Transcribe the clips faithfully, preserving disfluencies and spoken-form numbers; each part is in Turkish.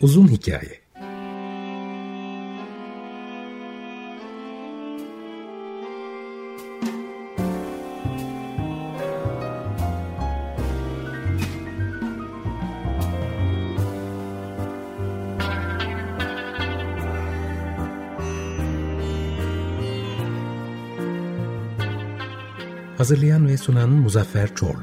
Uzun hikaye. Hazırlayan ve sunan Muzaffer Çorlu.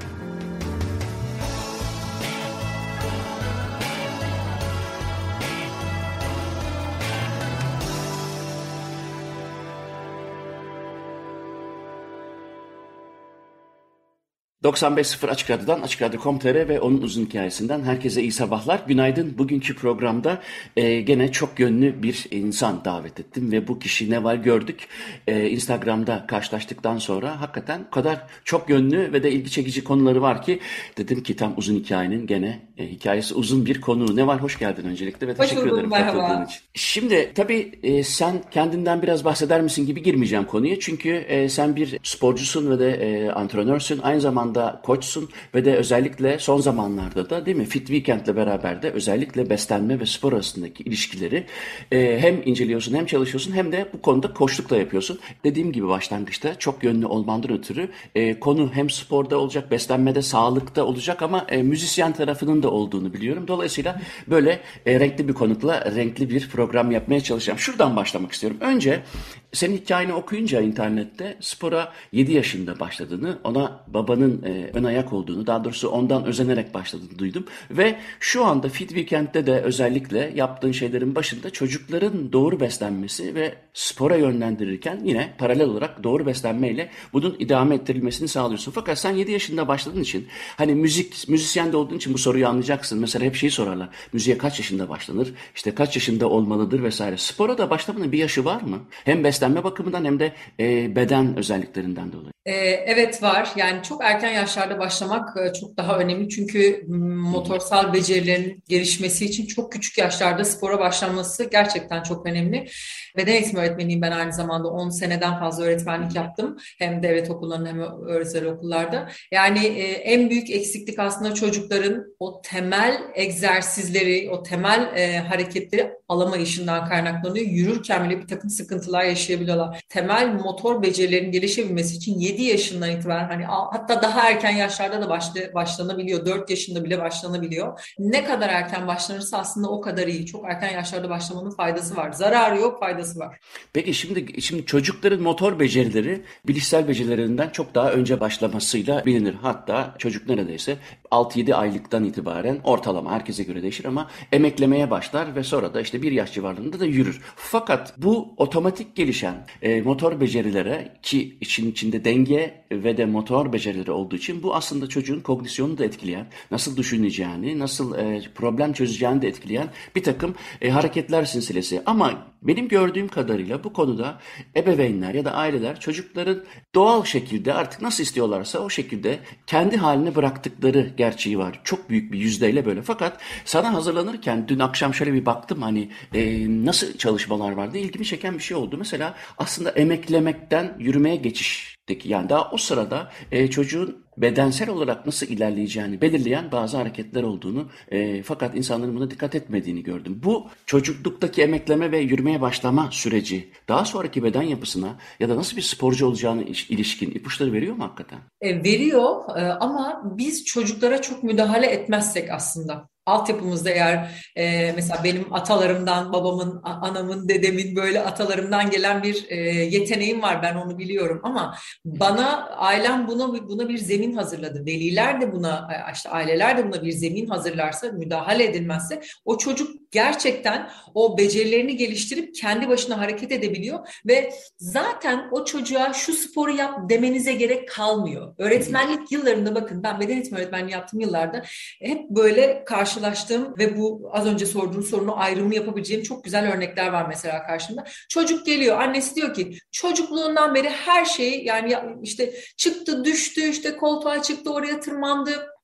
doksan beş nokta sıfır Açık Radyo'dan, Açık Radyo nokta com nokta tr ve onun uzun hikayesinden herkese iyi sabahlar. Günaydın. Bugünkü programda e, gene çok yönlü bir insan davet ettim ve bu kişi ne var gördük. E, Instagram'da karşılaştıktan sonra hakikaten o kadar çok yönlü ve de ilgi çekici konuları var ki dedim ki tam uzun hikayenin gene e, hikayesi uzun bir konu. Ne var? Hoş geldin öncelikle ve Hoş teşekkür buldum, ederim merhaba. katıldığın için. Şimdi tabii e, sen kendinden biraz bahseder misin gibi girmeyeceğim konuya. Çünkü e, sen bir sporcusun ve de e, antrenörsün. Aynı zamanda da koçsun ve de özellikle son zamanlarda da değil mi Fit Weekend'le beraber de özellikle beslenme ve spor arasındaki ilişkileri e, hem inceliyorsun hem çalışıyorsun hem de bu konuda koçluk da yapıyorsun. Dediğim gibi başlangıçta çok yönlü olmandan ötürü e, konu hem sporda olacak, beslenmede, sağlıkta olacak ama e, müzisyen tarafının da olduğunu biliyorum. Dolayısıyla böyle e, renkli bir konukla renkli bir program yapmaya çalışacağım. Şuradan başlamak istiyorum. Önce senin hikayeni okuyunca internette spora yedi yaşında başladığını, ona babanın e, ön ayak olduğunu, daha doğrusu ondan özenerek başladığını duydum. Ve şu anda Fit Weekend'de de özellikle yaptığın şeylerin başında çocukların doğru beslenmesi ve spora yönlendirirken yine paralel olarak doğru beslenmeyle bunun idame ettirilmesini sağlıyorsun. Fakat sen yedi yaşında başladığın için hani müzik, müzisyen de olduğun için bu soruyu anlayacaksın. Mesela hep şeyi sorarlar. Müziğe kaç yaşında başlanır? İşte kaç yaşında olmalıdır vesaire. Spora da başlamanın bir yaşı var mı? Hem beslenme bakımından hem de e, beden özelliklerinden dolayı. Ee, evet var. Yani çok erken yaşlarda başlamak e, çok daha önemli. Çünkü motorsal becerilerin gelişmesi için çok küçük yaşlarda spora başlanması gerçekten çok önemli. Beden eğitimi öğretmeniyim ben aynı zamanda. on seneden fazla öğretmenlik yaptım. Hem devlet okullarında hem özel okullarda. Yani e, en büyük eksiklik aslında çocukların o temel egzersizleri, o temel e, hareketleri alamayışından kaynaklanıyor. Yürürken bile bir takım sıkıntılar yaşayabiliyorlar. Temel motor becerilerin gelişebilmesi için yedi yaşından itibaren hani hatta daha erken yaşlarda da başla, başlanabiliyor. dört yaşında bile başlanabiliyor. Ne kadar erken başlanırsa aslında o kadar iyi. Çok erken yaşlarda başlamanın faydası var. Zararı yok, faydası var. Peki şimdi şimdi çocukların motor becerileri bilişsel becerilerinden çok daha önce başlamasıyla bilinir. Hatta çocuk neredeyse altı yedi aylıktan itibaren ortalama herkese göre değişir ama emeklemeye başlar ve sonra da işte bir yaş civarlarında da yürür. Fakat bu otomatik gelişen e, motor becerilere ki için içinde denge ve de motor becerileri olduğu için bu aslında çocuğun kognisyonunu da etkileyen, nasıl düşüneceğini, nasıl e, problem çözeceğini de etkileyen bir takım e, hareketler silsilesi. Ama benim gördüğüm kadarıyla bu konuda ebeveynler ya da aileler çocukların doğal şekilde artık nasıl istiyorlarsa o şekilde kendi haline bıraktıkları gerçeği var. Çok büyük bir yüzdeyle böyle. Fakat sana hazırlanırken dün akşam şöyle bir baktım hani e, nasıl çalışmalar vardı. İlgimi çeken bir şey oldu. Mesela aslında emeklemekten yürümeye geçiş. Yani daha o sırada e, çocuğun bedensel olarak nasıl ilerleyeceğini belirleyen bazı hareketler olduğunu e, fakat insanların buna dikkat etmediğini gördüm. Bu çocukluktaki emekleme ve yürümeye başlama süreci daha sonraki beden yapısına ya da nasıl bir sporcu olacağına ilişkin ipuçları veriyor mu hakikaten? E, veriyor e, ama biz çocuklara çok müdahale etmezsek aslında. Altyapımızda eğer e, mesela benim atalarımdan, babamın, anamın, dedemin böyle atalarımdan gelen bir e, yeteneğim var. Ben onu biliyorum ama bana ailem buna buna bir zemin hazırladı. Veliler de buna, işte aileler de buna bir zemin hazırlarsa, müdahale edilmezse o çocuk gerçekten o becerilerini geliştirip kendi başına hareket edebiliyor ve zaten o çocuğa şu sporu yap demenize gerek kalmıyor. Öğretmenlik yıllarında bakın ben beden eğitimi öğretmenliği yaptığım yıllarda hep böyle karşı karşılaştığım ve bu az önce sorduğun sorunu ayrımı yapabileceğim çok güzel örnekler var mesela karşımda. Çocuk geliyor, annesi diyor ki çocukluğundan beri her şeyi yani işte çıktı, düştü, işte koltuğa çıktı, oraya tırmandı.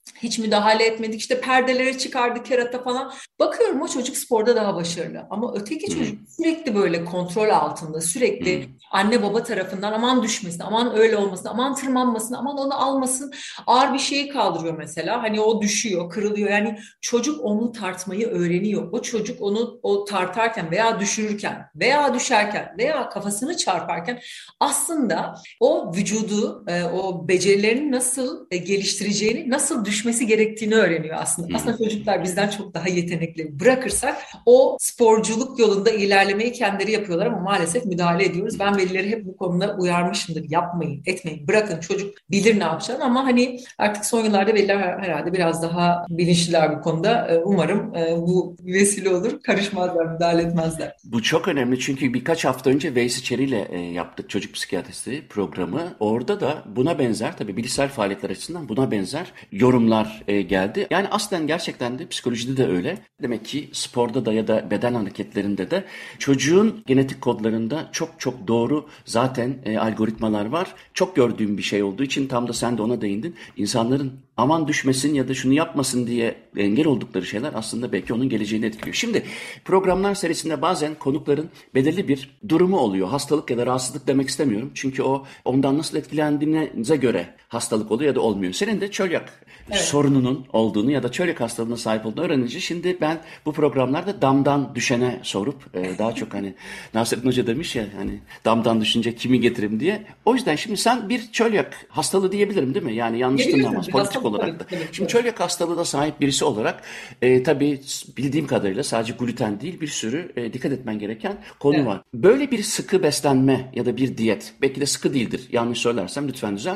Hiç müdahale etmedik. İşte perdeleri çıkardı kerata falan. Bakıyorum o çocuk sporda daha başarılı. Ama öteki Hı hı. çocuk sürekli böyle kontrol altında. Hı hı. Sürekli anne baba tarafından aman düşmesin, aman öyle olmasın, aman tırmanmasın, aman onu almasın. Ağır bir şeyi kaldırıyor mesela. Hani o düşüyor, kırılıyor. Yani çocuk onu tartmayı öğreniyor. O çocuk onu o tartarken veya düşürürken veya düşerken veya kafasını çarparken aslında o vücudu, e, o becerilerini nasıl e, geliştireceğini, nasıl düşmesi gerektiğini öğreniyor aslında. Hı hı. Aslında çocuklar bizden çok daha yetenekli. Bırakırsak o sporculuk yolunda ilerlemeyi kendileri yapıyorlar ama maalesef müdahale ediyoruz. Ben velileri hep bu konuda uyarmışımdır. Yapmayın, etmeyin, bırakın çocuk bilir ne yapacağını ama hani artık son yıllarda veliler herhalde biraz daha bilinçliler bu konuda. E, Umarım e, bu vesile olur. Karışmazlar, müdahale etmezler. Bu çok önemli çünkü birkaç hafta önce Veys İçeri ile e, yaptık çocuk psikiyatristi programı. Orada da buna benzer, tabii bilişsel faaliyetler açısından buna benzer yorumlar e, geldi. Yani aslen gerçekten de psikolojide de öyle. Demek ki sporda da ya da beden hareketlerinde de çocuğun genetik kodlarında çok çok doğru zaten e, algoritmalar var. Çok gördüğüm bir şey olduğu için tam da sen de ona değindin. İnsanların aman düşmesin ya da şunu yapmasın diye engel oldukları şeyler aslında belki onun geleceğini etkiliyor. Şimdi programlar serisinde bazen konukların belirli bir durumu oluyor. Hastalık ya da rahatsızlık demek istemiyorum. Çünkü o ondan nasıl etkilendiğinize göre hastalık oluyor ya da olmuyor. Senin de çölyak Evet. sorununun olduğunu ya da çölyak hastalığına sahip olduğunu öğrenince şimdi ben bu programlarda damdan düşene sorup e, daha çok hani Nasrettin Hoca demiş ya hani damdan düşünce kimi getirim diye. O yüzden şimdi sen bir çölyak hastalığı diyebilirim değil mi? Yani yanlış Diyebilirsin, tınlamaz bir politik hastalık olarak da. tabii, tabii, Şimdi tabii. çölyak hastalığına sahip birisi olarak e, tabii bildiğim kadarıyla sadece gluten değil bir sürü e, dikkat etmen gereken konu Evet. var. Böyle bir sıkı beslenme ya da bir diyet belki de sıkı değildir. Yanlış söylersem lütfen düzelt.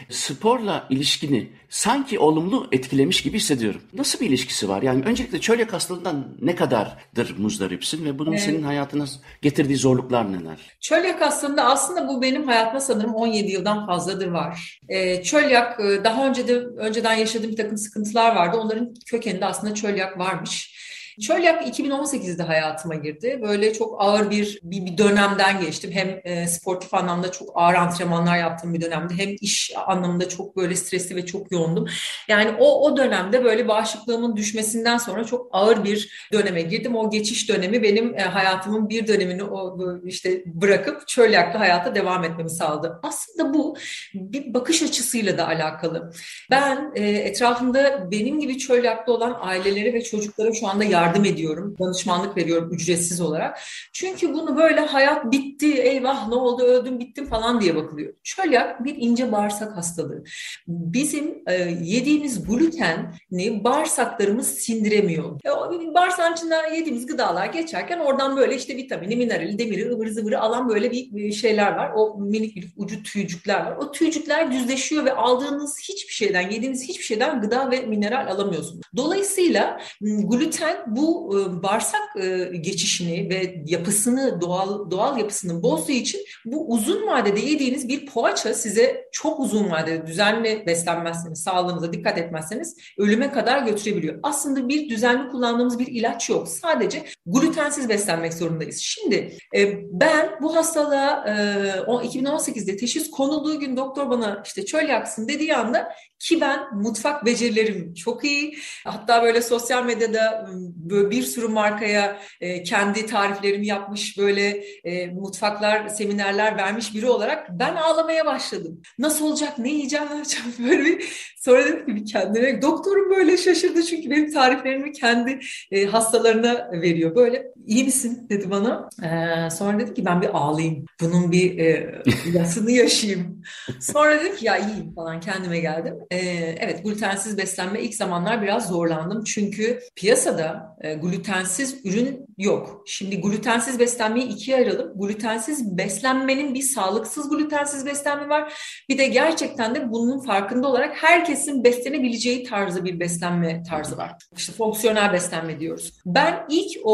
Sporla ilişkini sanki olumlu etkilemiş gibi hissediyorum. Nasıl bir ilişkisi var? Yani öncelikle çölyak hastalığından ne kadardır muzdaripsin ve bunun senin Evet. hayatına getirdiği zorluklar neler? Çölyak aslında aslında bu benim hayatıma sanırım on yedi yıldan fazladır var. Ee, çölyak e, daha önce de önceden yaşadığım bir takım sıkıntılar vardı. Onların kökeninde aslında çölyak varmış. Çölyak iki bin on sekizde hayatıma girdi. Böyle çok ağır bir bir, bir dönemden geçtim. Hem e, sportif anlamda çok ağır antrenmanlar yaptığım bir dönemde hem iş anlamında çok böyle stresli ve çok yoğundum. Yani o o dönemde böyle bağışıklığımın düşmesinden sonra çok ağır bir döneme girdim. O geçiş dönemi benim e, hayatımın bir dönemini o bu işte bırakıp çölyaklı hayata devam etmemi sağladı. Aslında bu bir bakış açısıyla da alakalı. Ben e, etrafımda benim gibi çölyaklı olan ailelere ve çocuklara şu anda yardım ediyorum. Danışmanlık veriyorum ücretsiz olarak. Çünkü bunu böyle hayat bitti, eyvah ne oldu, öldüm, bittim falan diye bakılıyor. Çölyak bir ince bağırsak hastalığı. Bizim e, yediğimiz gluteni bağırsaklarımız sindiremiyor. E, o bağırsağın içinden yediğimiz gıdalar geçerken oradan böyle işte vitamini, minerali, demiri, ıvırı zıvırı alan böyle bir, bir şeyler var. O minik minik ucu tüycükler var. O tüycükler düzleşiyor ve aldığınız hiçbir şeyden, yediğiniz hiçbir şeyden gıda ve mineral alamıyorsunuz. Dolayısıyla gluten bu e, bağırsak e, geçişini ve yapısını, doğal doğal yapısını bozduğu için bu uzun vadede yediğiniz bir poğaça size çok uzun vadede düzenli beslenmezseniz, sağlığınıza dikkat etmezseniz ölüme kadar götürebiliyor. Aslında bir düzenli kullandığımız bir ilaç yok. Sadece glutensiz beslenmek zorundayız. Şimdi e, ben bu hastalığa e, iki bin on sekizde teşhis konulduğu gün doktor bana işte çölyaksın dediği anda ki ben mutfak becerilerim çok iyi. Hatta böyle sosyal medyada böyle bir sürü markaya e, kendi tariflerimi yapmış böyle e, mutfaklar, seminerler vermiş biri olarak ben ağlamaya başladım. Nasıl olacak, ne yiyeceğim, ne yapacağım böyle bir sonra dedim ki kendine doktorum böyle şaşırdı çünkü benim tariflerimi kendi e, hastalarına veriyor. Böyle iyi misin dedi bana. Ee, sonra dedi ki ben bir ağlayayım. Bunun bir e, yasını yaşayayım. Sonra dedim ki ya iyiyim falan kendime geldim. Ee, evet glutensiz beslenme ilk zamanlar biraz zorlandım. Çünkü piyasada e, glutensiz ürün yok. Şimdi glutensiz beslenmeyi ikiye ayıralım. Glutensiz beslenmenin bir sağlıksız glutensiz beslenme var. Bir de gerçekten de bunun farkında olarak herkesin beslenebileceği tarzı bir beslenme tarzı var. İşte fonksiyonel beslenme diyoruz. Ben ilk o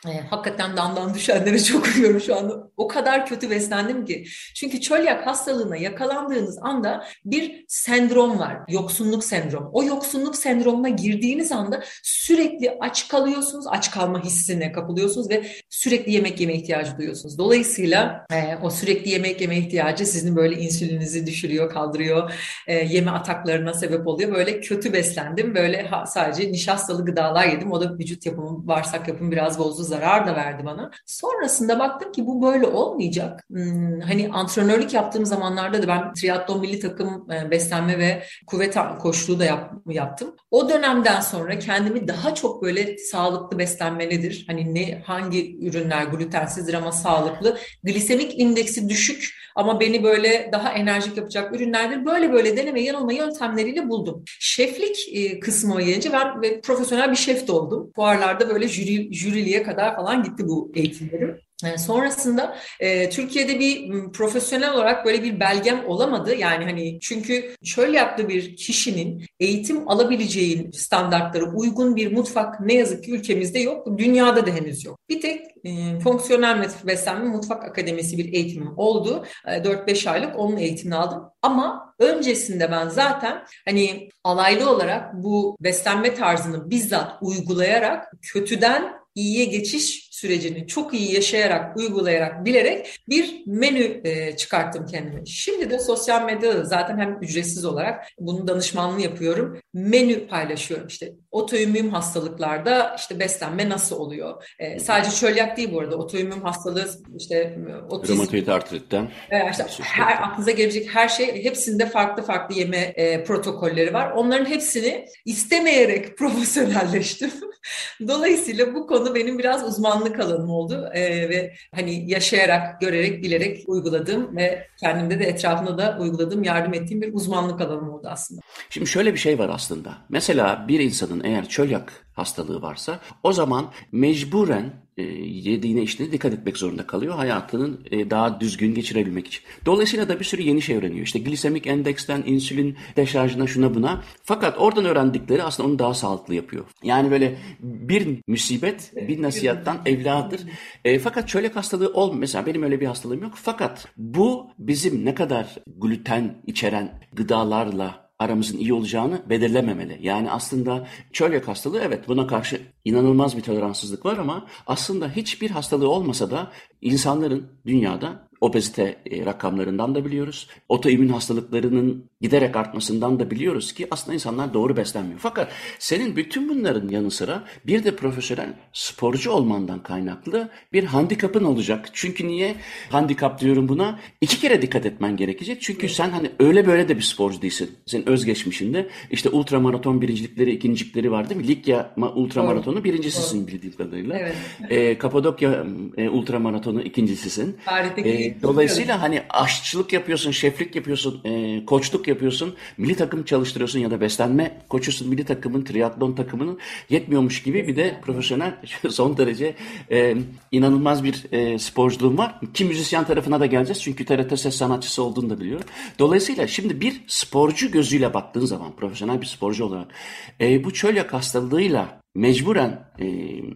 E, hakikaten damdan düşenlere çok uyuyorum şu anda. O kadar kötü beslendim ki. Çünkü çölyak hastalığına yakalandığınız anda bir sendrom var. Yoksunluk sendromu. O yoksunluk sendromuna girdiğiniz anda sürekli aç kalıyorsunuz. Aç kalma hissine kapılıyorsunuz ve sürekli yemek yeme ihtiyacı duyuyorsunuz. Dolayısıyla e, o sürekli yemek yeme ihtiyacı sizin böyle insülinizi düşürüyor, kaldırıyor. E, yeme ataklarına sebep oluyor. Böyle kötü beslendim. Böyle ha, sadece nişastalı gıdalar yedim. O da vücut yapımı, bağırsak yapımı biraz bozdu. Zarar da verdi bana. Sonrasında baktım ki bu böyle olmayacak. Hmm, hani antrenörlük yaptığım zamanlarda da ben triatlon milli takım e, beslenme ve kuvvet koçluğu da yap, yaptım. O dönemden sonra kendimi daha çok böyle sağlıklı beslenme nedir? Hani ne hangi ürünler glutensizdir ama sağlıklı, glisemik indeksi düşük ama beni böyle daha enerjik yapacak ürünlerdir. Böyle böyle deneme yanılma yöntemleriyle buldum. Şeflik e, kısmına gelince ben ve profesyonel bir şef de oldum. Fuarlarda böyle jüri, jüriliğe kadar falan gitti bu eğitimlerim. Yani sonrasında e, Türkiye'de bir m, profesyonel olarak böyle bir belgem olamadı. Yani hani çünkü şöyle yaptığı bir kişinin eğitim alabileceği standartlara uygun bir mutfak ne yazık ki ülkemizde yok. Dünyada da henüz yok. Bir tek e, fonksiyonel beslenme mutfak akademisi bir eğitimim oldu. E, dört beş aylık onun eğitimini aldım. Ama öncesinde ben zaten hani alaylı olarak bu beslenme tarzını bizzat uygulayarak kötüden iyiye geçiş sürecini çok iyi yaşayarak, uygulayarak, bilerek bir menü e, çıkarttım kendime. Şimdi de sosyal medyada zaten hem ücretsiz olarak bunun danışmanlığını yapıyorum. Menü paylaşıyorum. İşte otoimmün hastalıklarda işte beslenme nasıl oluyor? E, sadece çölyak değil bu arada. Otoimmün hastalığı işte otizm. Romatoid artritten. E, işte her aklınıza gelecek her şey hepsinde farklı farklı yeme e, protokolleri var. Onların hepsini istemeyerek profesyonelleştim. Dolayısıyla bu konu benim biraz uzmanlık alanım oldu ee, ve hani yaşayarak, görerek, bilerek uyguladığım ve kendimde de etrafında da uyguladığım, yardım ettiğim bir uzmanlık alanım oldu aslında. Şimdi şöyle bir şey var aslında. Mesela bir insanın eğer çölyak hastalığı varsa o zaman mecburen e, yediğine içtiğine dikkat etmek zorunda kalıyor hayatının e, daha düzgün geçirebilmek için. Dolayısıyla da bir sürü yeni şey öğreniyor. İşte glisemik endeksten insülin deşarjına şuna buna. Fakat oradan öğrendikleri aslında onu daha sağlıklı yapıyor. Yani böyle bir musibet bir nasihattan evladır. E, fakat çölyak hastalığı olmuyor. Mesela benim öyle bir hastalığım yok. Fakat bu bizim ne kadar gluten içeren gıdalarla aramızın iyi olacağını belirlememeli. Yani aslında çölyak hastalığı evet buna karşı inanılmaz bir toleranssızlık var ama aslında hiçbir hastalığı olmasa da insanların dünyada obezite rakamlarından da biliyoruz. Otoimmün hastalıklarının giderek artmasından da biliyoruz ki aslında insanlar doğru beslenmiyor. Fakat senin bütün bunların yanı sıra bir de profesyonel sporcu olmandan kaynaklı bir handikapın olacak. Çünkü niye handikap diyorum buna? İki kere dikkat etmen gerekecek. Çünkü sen hani öyle böyle de bir sporcu değilsin. Senin özgeçmişinde işte ultramaraton birincilikleri, ikincilikleri var değil mi? Likya ultramaratonu birincisisin bildiğim kadarıyla. Evet. E, Kapadokya e, ultramaratonu ikincisisin. E, dolayısıyla hani aşçılık yapıyorsun, şeflik yapıyorsun, e, koçluk yapıyorsun, milli takım çalıştırıyorsun ya da beslenme koçusun milli takımın, triatlon takımının yetmiyormuş gibi bir de profesyonel son derece e, inanılmaz bir e, sporculuğun var. Ki müzisyen tarafına da geleceğiz çünkü T R T ses sanatçısı olduğunu da biliyorum. Dolayısıyla şimdi bir sporcu gözüyle baktığın zaman, profesyonel bir sporcu olarak e, bu çölyak hastalığıyla mecburen e,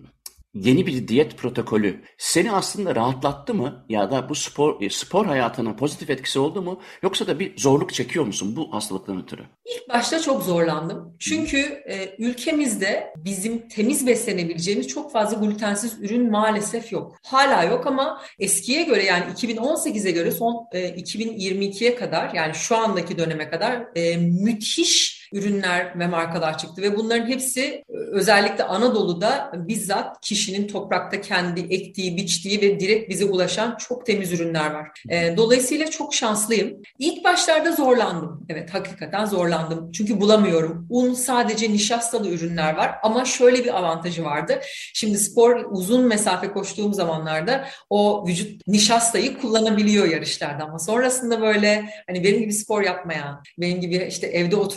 yeni bir diyet protokolü seni aslında rahatlattı mı ya da bu spor spor hayatına pozitif etkisi oldu mu yoksa da bir zorluk çekiyor musun bu hastalıktan ötürü? İlk başta çok zorlandım. Çünkü e, ülkemizde bizim temiz beslenebileceğimiz çok fazla glutensiz ürün maalesef yok. Hala yok ama eskiye göre yani iki bin on sekize göre son e, iki bin yirmi ikiye kadar yani şu andaki döneme kadar e, müthiş ürünler ve markalar çıktı ve bunların hepsi özellikle Anadolu'da bizzat kişinin toprakta kendi ektiği, biçtiği ve direkt bize ulaşan çok temiz ürünler var. E, dolayısıyla çok şanslıyım. İlk başlarda zorlandım. Evet, hakikaten zorlandım. Çünkü bulamıyorum. Un sadece nişastalı ürünler var ama şöyle bir avantajı vardı. Şimdi spor uzun mesafe koştuğum zamanlarda o vücut nişastayı kullanabiliyor yarışlarda ama sonrasında böyle hani benim gibi spor yapmayan, benim gibi işte evde oturan ya da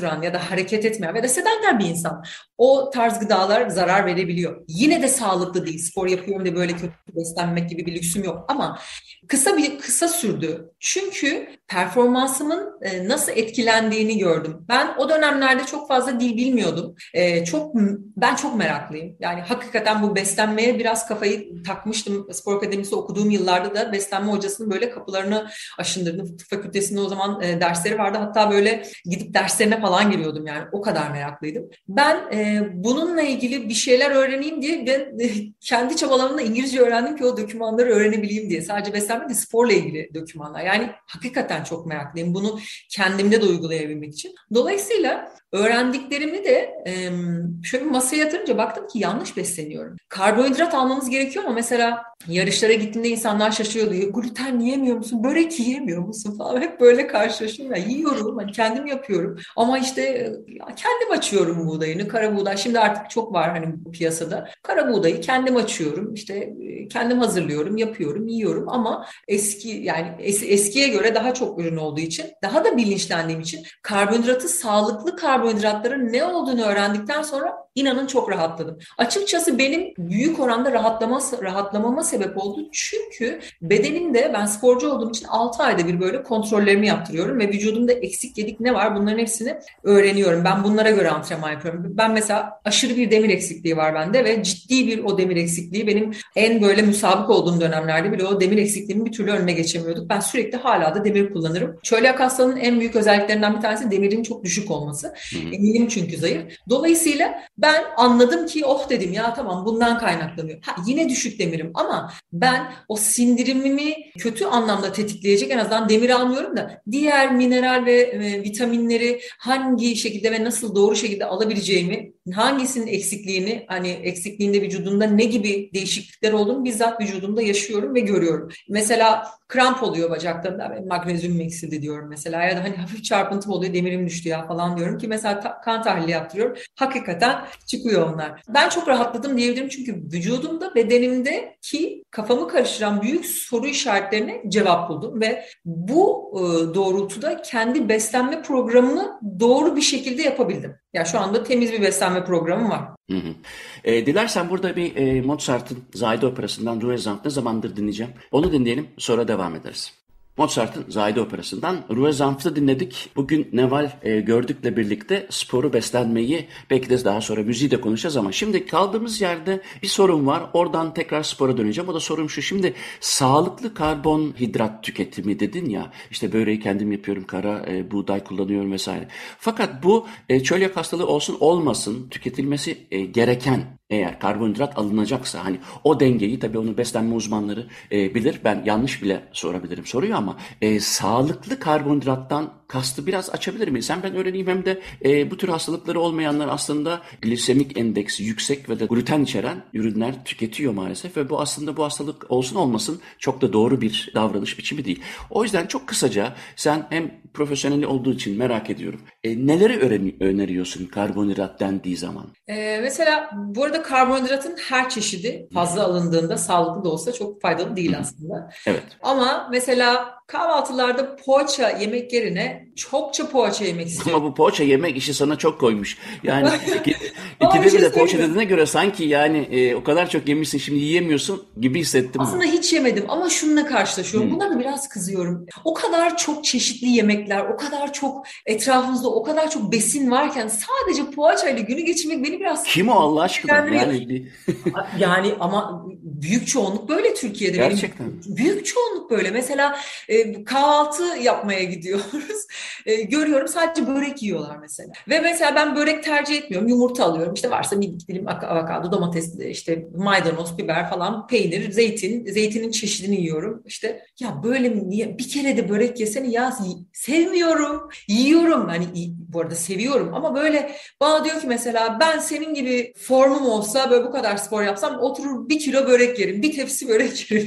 hareket etmeyen ve de sedanter bir insan. O tarz gıdalar zarar verebiliyor. Yine de sağlıklı değil. Spor yapıyorum diye böyle kötü beslenmek gibi bir lüksüm yok. Ama kısa bir kısa sürdü. Çünkü performansımın e, nasıl etkilendiğini gördüm. Ben o dönemlerde çok fazla dil bilmiyordum. E, çok ben çok meraklıyım. Yani hakikaten bu beslenmeye biraz kafayı takmıştım. Spor akademisi okuduğum yıllarda da beslenme hocasının böyle kapılarını aşındırdım. Tıp fakültesinde o zaman e, dersleri vardı. Hatta böyle gidip derslerine falan giriyordum yani. O kadar meraklıydım. Ben e, bununla ilgili bir şeyler öğreneyim diye ben e, kendi çabalarımla İngilizce öğrendim ki o dokümanları öğrenebileyim diye. Sadece beslenme de sporla ilgili dokümanlar. Yani hakikaten çok meraklıyım. Bunu kendimde de uygulayabilmek için. Dolayısıyla öğrendiklerimi de e, şöyle bir masaya yatırınca baktım ki yanlış besleniyorum. Karbonhidrat almamız gerekiyor ama mesela yarışlara gittiğimde insanlar şaşırıyordu. Ya, gluten yiyemiyor musun? Börek yiyemiyor musun falan. Hep böyle karşılaşıyorum. Ya, yiyorum. Hani kendim yapıyorum. Ama işte ya, kendim açıyorum buğdayını. Kara buğday. Şimdi artık çok var hani bu piyasada. Kara buğdayı kendim açıyorum. İşte kendim hazırlıyorum, yapıyorum, yiyorum ama eski yani es, eskiye göre daha çok ürün olduğu için, daha da bilinçlendiğim için karbonhidratı, sağlıklı karbonhidratların ne olduğunu öğrendikten sonra inanın çok rahatladım. Açıkçası benim büyük oranda rahatlama, rahatlamama sebep oldu. Çünkü bedenimde ben sporcu olduğum için altı ayda bir böyle kontrollerimi yaptırıyorum ve vücudumda eksik yedik ne var bunların hepsini öğreniyorum. Ben bunlara göre antrenman yapıyorum. Ben mesela aşırı bir demir eksikliği var bende ve ciddi bir o demir eksikliği benim en böyle müsabık olduğum dönemlerde bile o demir eksikliğimi bir türlü önüne geçemiyorduk. Ben sürekli hala da demir kullanırım. Çölyak hastalığının en büyük özelliklerinden bir tanesi demirin çok düşük olması. Eminim çünkü zayıf. Dolayısıyla ben anladım ki oh dedim ya tamam bundan kaynaklanıyor. Ha, yine düşük demirim ama ben o sindirimimi kötü anlamda tetikleyecek en azından demir almıyorum da diğer mineral ve e, vitaminleri hangi şekilde ve nasıl doğru şekilde alabileceğimi, hangisinin eksikliğini hani eksikliğinde vücudumda ne gibi değişiklikler olduğunu bizzat vücudumda yaşıyorum ve görüyorum. Mesela kramp oluyor bacaklarımda, magnezyum eksildi diyorum mesela ya da hani hafif çarpıntım oluyor demirim düştü ya falan diyorum ki mesela ta- kan tahlili yaptırıyorum. Hakikaten çıkıyor onlar. Ben çok rahatladım diyebilirim çünkü vücudumda, bedenimde ki kafamı karıştıran büyük soru işaretlerine cevap buldum ve bu e, doğrultuda kendi beslenme programını doğru bir şekilde yapabildim. Ya şu anda temiz bir beslenme programım var. Hı hı. E, dilersen burada bir e, Mozart'ın Zahide Operası'ndan Ruhezamp ne zamandır dinleyeceğim. Onu dinleyelim sonra devam ederiz. Mozart'ın Zahide Operası'ndan Ruhezamp'ı dinledik. Bugün Neval e, Gördük'le birlikte sporu, beslenmeyi, belki de daha sonra müziği de konuşacağız ama şimdi kaldığımız yerde bir sorun var. Oradan tekrar spora döneceğim. O da sorum şu. Şimdi sağlıklı karbonhidrat tüketimi dedin ya. İşte böreği kendim yapıyorum, kara e, buğday kullanıyorum vesaire. Fakat bu e, çölyak hastalığı olsun olmasın tüketilmesi e, gereken, eğer karbonhidrat alınacaksa hani o dengeyi, tabii onu beslenme uzmanları e, bilir. Ben yanlış bile sorabilirim soruyu ama e, sağlıklı karbonhidrattan kastı biraz açabilir miyiz? Hem ben öğreneyim hem de e, bu tür hastalıkları olmayanlar aslında glisemik endeksi yüksek ve de gluten içeren ürünler tüketiyor maalesef ve bu aslında bu hastalık olsun olmasın çok da doğru bir davranış biçimi değil. O yüzden çok kısaca sen hem profesyonel olduğu için merak ediyorum. E, neleri öğren- öneriyorsun karbonhidrat dendiği zaman? Ee, mesela bu arada karbonhidratın her çeşidi fazla alındığında sağlıklı da olsa çok faydalı değil aslında. Evet. Ama mesela kahvaltılarda poğaça yemek yerine çokça poğaça yemek istiyorum. Ama bu poğaça yemek işi sana çok koymuş. Yani iki, Ama bir ikide şey bir de poğaça söyleyeyim mi? dediğine göre sanki yani e, o kadar çok yemişsin şimdi yiyemiyorsun gibi hissettim. Aslında hiç yemedim ama şununla karşılaşıyorum. Buna da biraz kızıyorum. O kadar çok çeşitli yemekler, o kadar çok etrafımızda, o kadar çok besin varken sadece poğaçayla günü geçirmek beni biraz Kim o Allah aşkına? sinirlendiriyor. Yani Yani ama büyük çoğunluk böyle Türkiye'de. gerçekten. Benim büyük çoğunluk böyle. Mesela e, kahvaltı yapmaya gidiyoruz. E, görüyorum sadece börek yiyorlar mesela. Ve mesela ben börek tercih etmiyorum. Yumurta alıyorum. İşte varsa bir dilim ak- avokado, domates, işte maydanoz, biber falan, peynir, zeytin. Zeytinin çeşidini yiyorum. İşte ya böyle mi? Niye? Bir kere de börek yesene ya. Sevmiyorum. Yiyorum. Hani bu arada seviyorum ama böyle bana diyor ki mesela ben senin gibi formum olsa böyle bu kadar spor yapsam oturur bir kilo börek yerim. Bir tepsi börek yerim.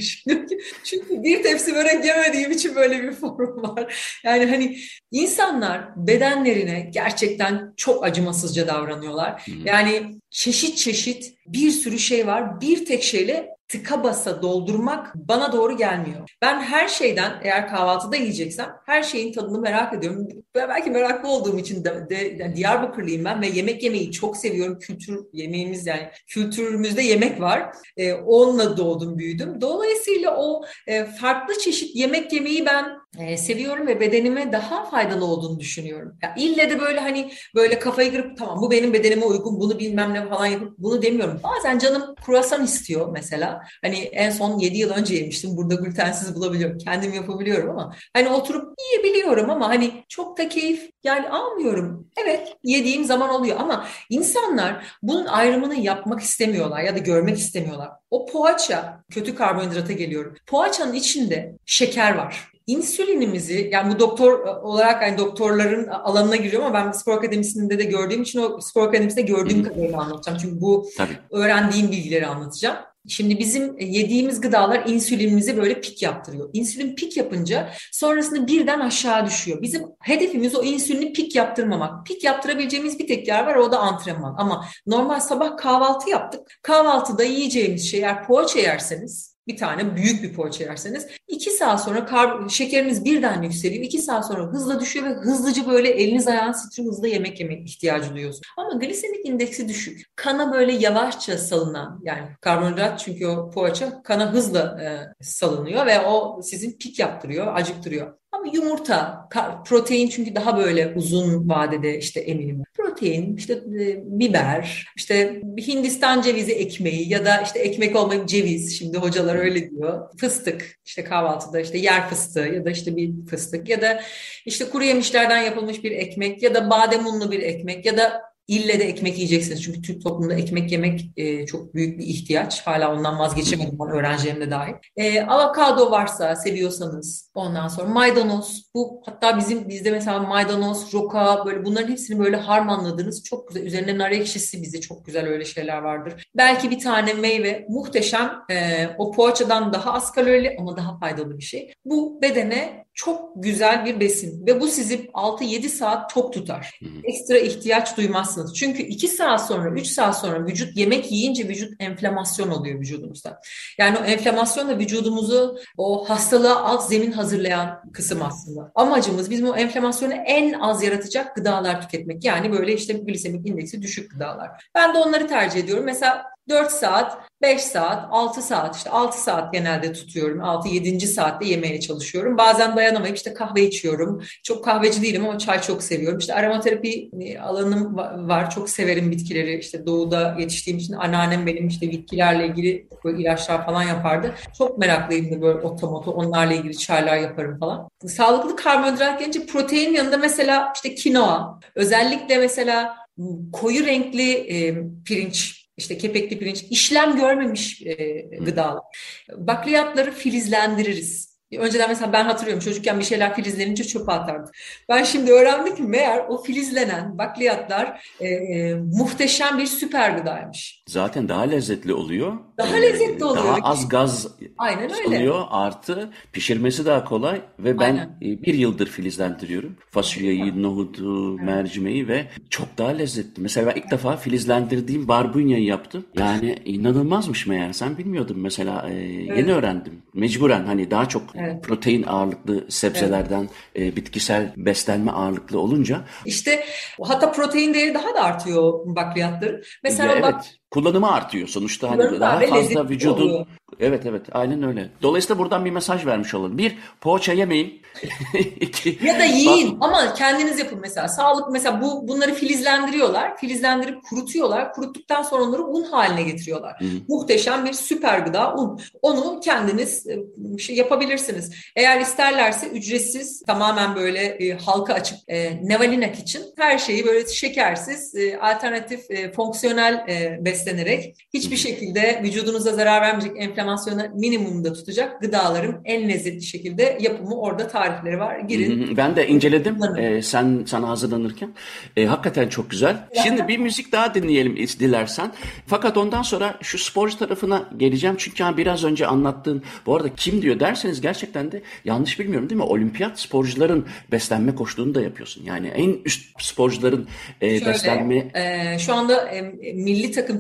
Çünkü bir tepsi börek yemediğim için böyle bir formum var. Yani hani insanlar bedenlerine gerçekten çok acımasızca davranıyorlar. Yani çeşit çeşit bir sürü şey var. Bir tek şeyle tıka basa doldurmak bana doğru gelmiyor. Ben her şeyden, eğer kahvaltıda yiyeceksem, her şeyin tadını merak ediyorum. Ve belki meraklı olduğum için de, de yani Diyarbakırlıyım ben ve yemek yemeyi çok seviyorum. Kültür yemeğimiz, yani kültürümüzde yemek var. Ee, onunla doğdum, büyüdüm. Dolayısıyla o e, farklı çeşit yemek yemeyi ben e, seviyorum ve bedenime daha faydalı olduğunu düşünüyorum. Ya ille de böyle hani böyle kafayı kırıp tamam bu benim bedenime uygun, bunu bilmem ne falan yapıp bunu demiyorum. Bazen canım kruvasan istiyor mesela. Hani en son yedi yıl önce yemiştim. Burada glutensiz bulabiliyorum. Kendim yapabiliyorum ama hani oturup yiyebiliyorum ama hani çok da keyif yani almıyorum. Evet, yediğim zaman oluyor ama insanlar bunun ayrımını yapmak istemiyorlar ya da görmek istemiyorlar. O poğaça, kötü karbonhidrata geliyorum. Poğaçanın içinde şeker var. İnsülinimizi, yani bu doktor olarak hani doktorların alanına giriyor ama ben spor akademisinde de gördüğüm için o spor akademisinde gördüğüm kadarıyla anlatacağım. Çünkü bu Tabii. öğrendiğim bilgileri anlatacağım. Şimdi bizim yediğimiz gıdalar insülinimizi böyle pik yaptırıyor. İnsülin pik yapınca sonrasında birden aşağı düşüyor. Bizim hedefimiz o insülini pik yaptırmamak. Pik yaptırabileceğimiz bir tek yer var, o da antrenman. Ama normal sabah kahvaltı yaptık. Kahvaltıda yiyeceğimiz şey, eğer poğaça yerseniz, bir tane büyük bir poğaça yerseniz iki saat sonra kar- şekeriniz birden yükseliyor. iki saat sonra hızla düşüyor ve hızlıca böyle eliniz ayağınız titriyor, hızlı yemek yemek ihtiyacı duyuyorsunuz. Ama glisemik indeksi düşük. Kana böyle yavaşça salınan, yani karbonhidrat, çünkü o poğaça kana hızla e, salınıyor ve o sizin pik yaptırıyor, acıktırıyor. Ama yumurta, protein çünkü daha böyle uzun vadede işte eminim. Protein, işte e, biber, işte Hindistan cevizi ekmeği ya da işte ekmek olmayıp ceviz, şimdi hocalar öyle diyor. Fıstık, işte kahvaltıda işte yer fıstığı ya da işte bir fıstık ya da işte kuru yemişlerden yapılmış bir ekmek ya da badem unlu bir ekmek ya da İlle de ekmek yiyeceksiniz. Çünkü Türk toplumunda ekmek yemek e, çok büyük bir ihtiyaç. Hala ondan vazgeçemedim ben, öğrencilerim de dahil. E, avokado varsa seviyorsanız, ondan sonra maydanoz. Bu hatta bizim bizde mesela maydanoz, roka, böyle bunların hepsini böyle harmanladığınız çok güzel. Üzerine nar ekşisi, bize çok güzel öyle şeyler vardır. Belki bir tane meyve, muhteşem. E, o poğaçadan daha az kalorili ama daha faydalı bir şey. Bu bedene çok güzel bir besin ve bu sizi altı yedi saat tok tutar. Ekstra ihtiyaç duymazsınız. Çünkü iki saat sonra, üç saat sonra vücut yemek yiyince vücut enflamasyon oluyor vücudumuzda. Yani o enflamasyon da vücudumuzu o hastalığa alt zemin hazırlayan kısım aslında. Amacımız bizim o enflamasyonu en az yaratacak gıdalar tüketmek. Yani böyle işte glisemik indeksi düşük gıdalar. Ben de onları tercih ediyorum. Mesela dört saat, beş saat, altı saat, işte altı saat genelde tutuyorum. altı yedinci saatte yemeye çalışıyorum. Bazen dayanamayıp işte kahve içiyorum. Çok kahveci değilim ama çay çok seviyorum. İşte aromaterapi alanım var. Çok severim bitkileri. İşte doğuda yetiştiğim için anneannem benim işte bitkilerle ilgili böyle ilaçlar falan yapardı. Çok meraklıyımdır böyle otomoto. Onlarla ilgili çaylar yaparım falan. Sağlıklı karbonhidrat gelince protein yanında mesela işte kinoa. Özellikle mesela koyu renkli e, pirinç, İşte kepekli pirinç, işlem görmemiş e, gıdalar. Bakliyatları filizlendiririz. Önceden mesela ben hatırlıyorum, çocukken bir şeyler filizlenince çöpe atardık. Ben şimdi öğrendim ki meğer o filizlenen bakliyatlar e, e, muhteşem bir süper gıdaymış. Zaten daha lezzetli oluyor. Daha Ee, lezzetli oluyor. Daha az gaz Aynen öyle. oluyor. Artı pişirmesi daha kolay ve ben Aynen. e, bir yıldır filizlendiriyorum. Fasulyeyi, nohudu, mercimeği ve çok daha lezzetli. Mesela ben ilk defa filizlendirdiğim barbunyayı yaptım. Yani inanılmazmış meğer. Sen bilmiyordun mesela. E, Evet. Yeni öğrendim. Mecburen hani daha çok Evet. protein ağırlıklı sebzelerden e, bitkisel beslenme ağırlıklı olunca. İşte hatta protein değeri daha da artıyor bakliyatların. Mesela Ya bak, evet, kullanımı artıyor sonuçta, hani kullanım daha ve fazla lezzetli vücudun, oluyor. evet evet aynen öyle. Dolayısıyla buradan bir mesaj vermiş olalım. Bir, poğaça yemeyin. İki, Ya da bak, yiyin ama kendiniz yapın mesela. Sağlık mesela, bu bunları filizlendiriyorlar. Filizlendirip kurutuyorlar. Kuruttuktan sonra onları un haline getiriyorlar. hı hı. Muhteşem bir süper gıda un. Onu kendiniz e, şey yapabilirsiniz. Eğer isterlerse ücretsiz, tamamen böyle e, halka açık e, Nevalinak için her şeyi böyle şekersiz, e, alternatif, e, fonksiyonel e, beslenerek hiçbir şekilde vücudunuza zarar vermeyecek, enflamasyonu minimumda tutacak gıdaların en lezzetli şekilde yapımı, orada tarifleri var. Girin. Ben de inceledim Kullanın. e, sen sana hazırlanırken. E, hakikaten çok güzel. Şimdi bir müzik daha dinleyelim dilersen. Fakat ondan sonra şu sporcu tarafına geleceğim. Çünkü hani biraz önce anlattığın, bu arada kim diyor derseniz gerçekten de yanlış bilmiyorum değil mi? Olimpiyat sporcuların beslenme koçluğunu da yapıyorsun. Yani en üst sporcuların e, Şöyle, beslenme... e, şu anda e, milli takım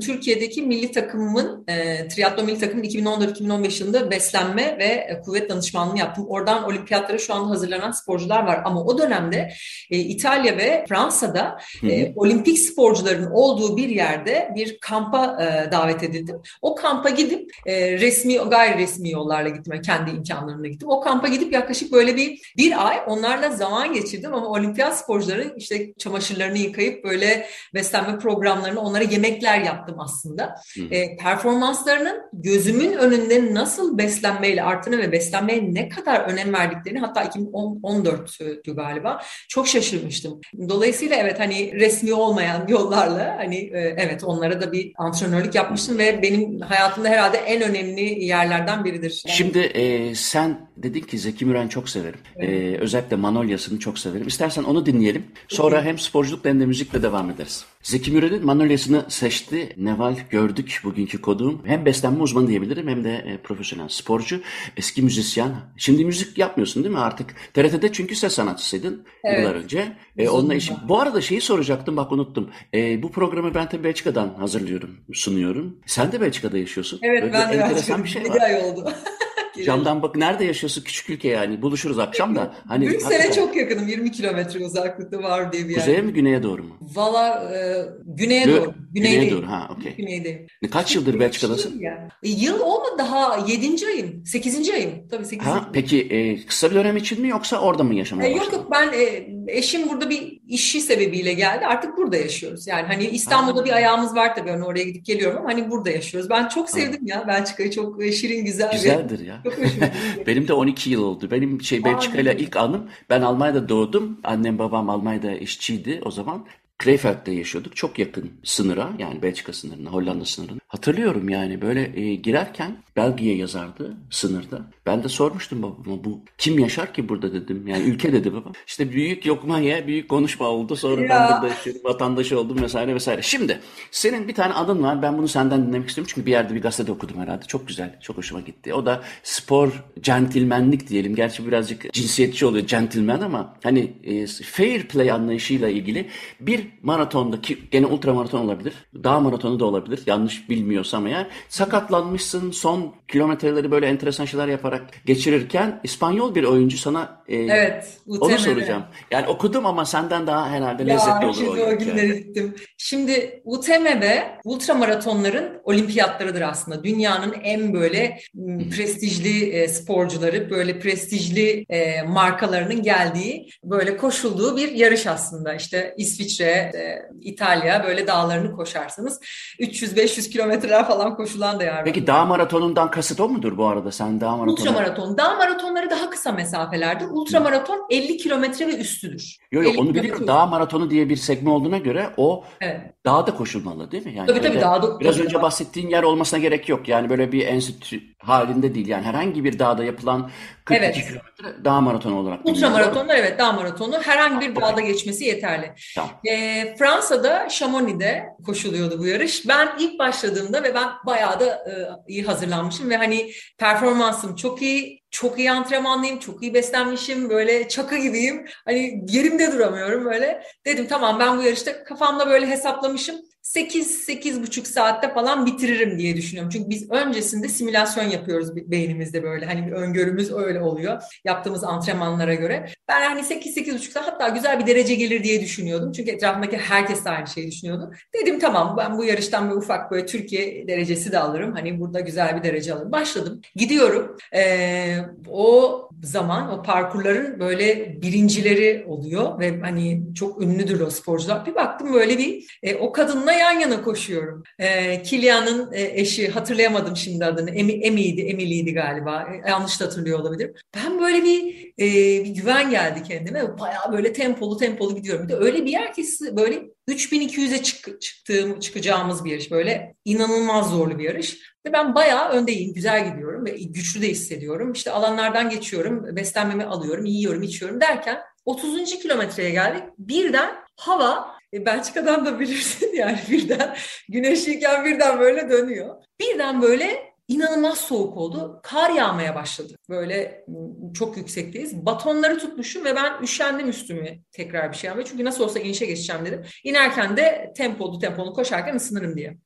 Türkiye'deki milli takımımın, e, triatlon milli takımın iki bin on dört iki bin on beş yılında beslenme ve e, kuvvet danışmanlığı yaptım. Oradan olimpiyatlara şu anda hazırlanan sporcular var. Ama o dönemde e, İtalya ve Fransa'da e, olimpik sporcuların olduğu bir yerde bir kampa e, davet edildim. O kampa gidip e, resmi, gayri resmi yollarla gittim. Yani kendi imkanlarımla gittim. O kampa gidip yaklaşık böyle bir bir ay onlarla zaman geçirdim ama olimpiyat sporcuların işte çamaşırlarını yıkayıp böyle beslenme programlarını, onlara yemekler yaptım aslında. E, performanslarının gözümün önünde nasıl beslenmeyle arttığını ve beslenmeye ne kadar önem verdiklerini, hatta iki bin on dörttü galiba, çok şaşırmıştım. Dolayısıyla evet, hani resmi olmayan yollarla hani e, evet, onlara da bir antrenörlük yapmıştım ve benim hayatımda herhalde en önemli yerlerden biridir. Yani... Şimdi e, sen dedin ki Zeki Müren çok severim. Evet. E, özellikle Manolya'sını çok severim. İstersen onu dinleyelim. Sonra hem sporculukla hem de müzikle devam ederiz. Zeki Müren'in Manolya'sını seçti Neval Gördük bugünkü konuğum. Hem beslenme uzmanı diyebilirim hem de e, profesyonel sporcu. Eski müzisyen. Şimdi müzik yapmıyorsun değil mi artık? T R T'de çünkü ses sanatçıydın evet. Yıllar önce. E, onunla işim. Bu arada şeyi soracaktım, bak unuttum. E, bu programı ben tabii Belçika'dan hazırlıyorum, sunuyorum. Sen de Belçika'da yaşıyorsun. Evet, böyle ben de enteresan bir şey var. Bir ay oldu. Camdan bak, nerede yaşıyorsun? Küçük ülke yani. Buluşuruz akşam da. Hani Brüksel'e çok yakınım. yirmi kilometre uzaklıkta var diye bir yer. Kuzeye mi güneye doğru mu? Valla e, güneye Gö- doğru. Güneye Güneyde. doğru, ha okey. Güneydeyim. Kaç yıldır Belçika'dasın? Yani. E, yıl olmadı daha, yedinci ayım. sekizinci ayım. Tabii sekizinci Ha, peki e, kısa bir dönem için mi yoksa orada mı yaşamaya e, başladın? Yok yok, ben e, eşim burada bir işi sebebiyle geldi. Artık burada yaşıyoruz. Yani hani İstanbul'da ha. bir ayağımız var tabii. Yani oraya gidip geliyorum ama hani burada yaşıyoruz. Ben çok sevdim ha. ya Belçika'yı. Çok şirin, güzel. Güzeldir ve ya. Çok hoşuma gitti. Benim de on iki yıl oldu. Benim şey Belçika'yla ilk anım, ben Almanya'da doğdum. Annem babam Almanya'da işçiydi o zaman. Krefeld'de yaşıyorduk. Çok yakın sınıra, yani Belçika sınırına, Hollanda sınırına. Hatırlıyorum yani böyle e, girerken Belgiye yazardı sınırda. Ben de sormuştum babama, bu kim yaşar ki burada dedim. Yani ülke dedi babam. İşte büyük lokma ye, büyük konuşma oldu. Sonra ya. ben burada işte vatandaşı oldum vesaire vesaire. Şimdi senin bir tane adın var. Ben bunu senden dinlemek istiyorum. Çünkü bir yerde bir gazetede okudum herhalde. Çok güzel, çok hoşuma gitti. O da spor, centilmenlik diyelim. Gerçi birazcık cinsiyetçi oluyor centilmen ama hani e, fair play anlayışıyla ilgili bir maratonda, ki gene ultramaraton olabilir, dağ maratonu da olabilir yanlış bilmiyorsam eğer, sakatlanmışsın, son kilometreleri böyle enteresan şeyler yaparak geçirirken İspanyol bir oyuncu sana e, evet, onu soracağım. Yani okudum ama senden daha herhalde ya, lezzetli olur. Şimdi o, o günlere yani. gittim. Şimdi U T M B ultramaratonların olimpiyatlarıdır aslında. Dünyanın en böyle m, prestijli e, sporcuları, böyle prestijli e, markalarının geldiği, böyle koşulduğu bir yarış aslında. İşte İsviçre, İtalya, böyle dağlarını koşarsınız. üç yüz beş yüz kilometreler falan koşulan da yer var. Peki dağ maratonundan kasıt o mudur bu arada? Sen dağ maratonu... Ultramaraton. Dağ maratonları daha kısa mesafelerdir. Ultramaraton elli kilometre ve üstüdür. Yok yok, onu biliyorum. Dağ maratonu diye bir segme olduğuna göre o evet. dağda koşulmalı değil mi? Yani tabii tabii dağda. Biraz tabii önce dağ. bahsettiğin yer olmasına gerek yok. Yani böyle bir enstitü halinde değil. Yani herhangi bir dağda yapılan kırk iki evet. kilometre dağ maratonu olarak. Ultramaratonlar evet, dağ maratonu. Herhangi bir dağda geçmesi yeterli. Tamam. E, Fransa'da Chamonix'de koşuluyordu bu yarış. Ben ilk başladığımda ve ben bayağı da e, iyi hazırlanmışım ve hani performansım çok iyi, çok iyi antrenmanlıyım, çok iyi beslenmişim, böyle çakı gibiyim. Hani yerimde duramıyorum böyle. Dedim tamam, ben bu yarışta kafamda böyle hesaplamışım. sekiz sekiz buçuk saatte falan bitiririm diye düşünüyorum. Çünkü biz öncesinde simülasyon yapıyoruz beynimizde böyle. Hani bir öngörümüz öyle oluyor. Yaptığımız antrenmanlara göre. Ben hani sekiz sekiz buçuk saat, hatta güzel bir derece gelir diye düşünüyordum. Çünkü etrafımdaki herkes de aynı şeyi düşünüyordu. Dedim tamam, ben bu yarıştan bir ufak böyle Türkiye derecesi de alırım. Hani burada güzel bir derece alırım. Başladım. Gidiyorum. Ee, o zaman o parkurların böyle birincileri oluyor ve hani çok ünlüdür o sporcular. Bir baktım böyle bir e, o kadınla yan yana koşuyorum. E, Kilian'ın e, eşi, hatırlayamadım şimdi adını. Emi, Emi'ydi, Emily'ydi galiba. E, yanlış da hatırlıyor olabilirim. Ben böyle bir, e, bir güven geldi kendime. Bayağı böyle tempolu tempolu gidiyorum. Bir de öyle bir yer ki böyle üç bin iki yüze çık, çıktığım, çıkacağımız bir yarış. Böyle inanılmaz zorlu bir yarış. Ve ben bayağı öndeyim, güzel gidiyorum ve güçlü de hissediyorum. İşte alanlardan geçiyorum, beslenmemi alıyorum, yiyorum, içiyorum derken otuzuncu kilometreye geldik. Birden hava, Belçika'dan da bilirsin yani, birden güneşliyken birden böyle dönüyor. Birden böyle inanılmaz soğuk oldu. Kar yağmaya başladı. Böyle çok yüksekteyiz. Batonları tutmuşum ve ben üşendim üstüme tekrar bir şey yapmaya. Çünkü nasıl olsa inişe geçeceğim dedim. İnerken de tempolu tempolu koşarken ısınırım diye.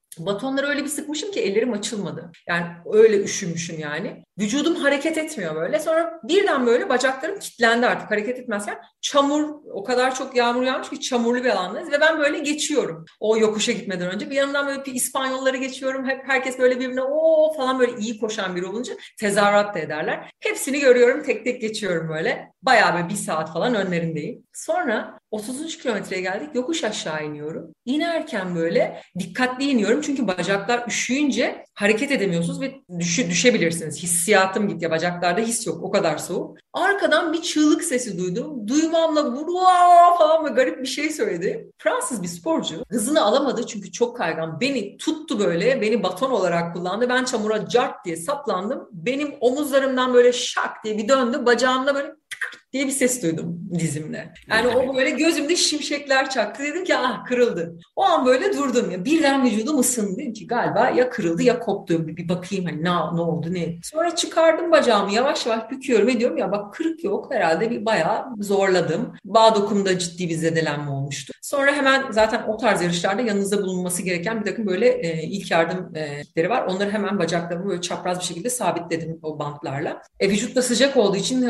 Batonları öyle bir sıkmışım ki ellerim açılmadı. Yani öyle üşümüşüm yani. Vücudum hareket etmiyor böyle. Sonra birden böyle bacaklarım kilitlendi artık hareket etmezken. Çamur, o kadar çok yağmur yağmış ki çamurlu bir alandayız ve ben böyle geçiyorum. O yokuşa gitmeden önce. Bir yanımdan böyle bir İspanyolları geçiyorum. Hep herkes böyle birbirine o falan böyle iyi koşan biri olunca tezahürat da ederler. Hepsini görüyorum, tek tek geçiyorum böyle. Bayağı böyle bir saat falan önlerindeyim. Sonra otuzuncu kilometreye geldik. Yokuş aşağı iniyorum. İnerken böyle dikkatli iniyorum. Çünkü bacaklar üşüyünce hareket edemiyorsunuz ve düşü, düşebilirsiniz. Hissiyatım gitti ya, bacaklarda his yok. O kadar soğuk. Arkadan bir çığlık sesi duydum. Duymamla vurua falan böyle garip bir şey söyledi. Fransız bir sporcu. Hızını alamadı çünkü çok kaygan. Beni tuttu böyle. Beni baton olarak kullandı. Ben çamura cart diye saplandım. Benim omuzlarımdan böyle şak diye bir döndü. Bacağımda böyle diye bir ses duydum dizimle. Yani o böyle gözümde şimşekler çaktı. Dedim ki ah kırıldı. O an böyle durdum ya. Birden vücudum ısındı. Dedim ki galiba ya kırıldı ya koptu. Bir, bir bakayım hani ne, ne oldu ne. Sonra çıkardım bacağımı yavaş yavaş büküyorum ve diyorum ya bak kırık yok. Herhalde bir bayağı zorladım. Bağ dokumda ciddi bir zedelenme olmuştu. Sonra hemen zaten o tarz yarışlarda yanınızda bulunması gereken bir takım böyle e, ilk yardım e, kitleri var. Onları hemen bacaklarımı böyle çapraz bir şekilde sabitledim o bantlarla. E, vücut da sıcak olduğu için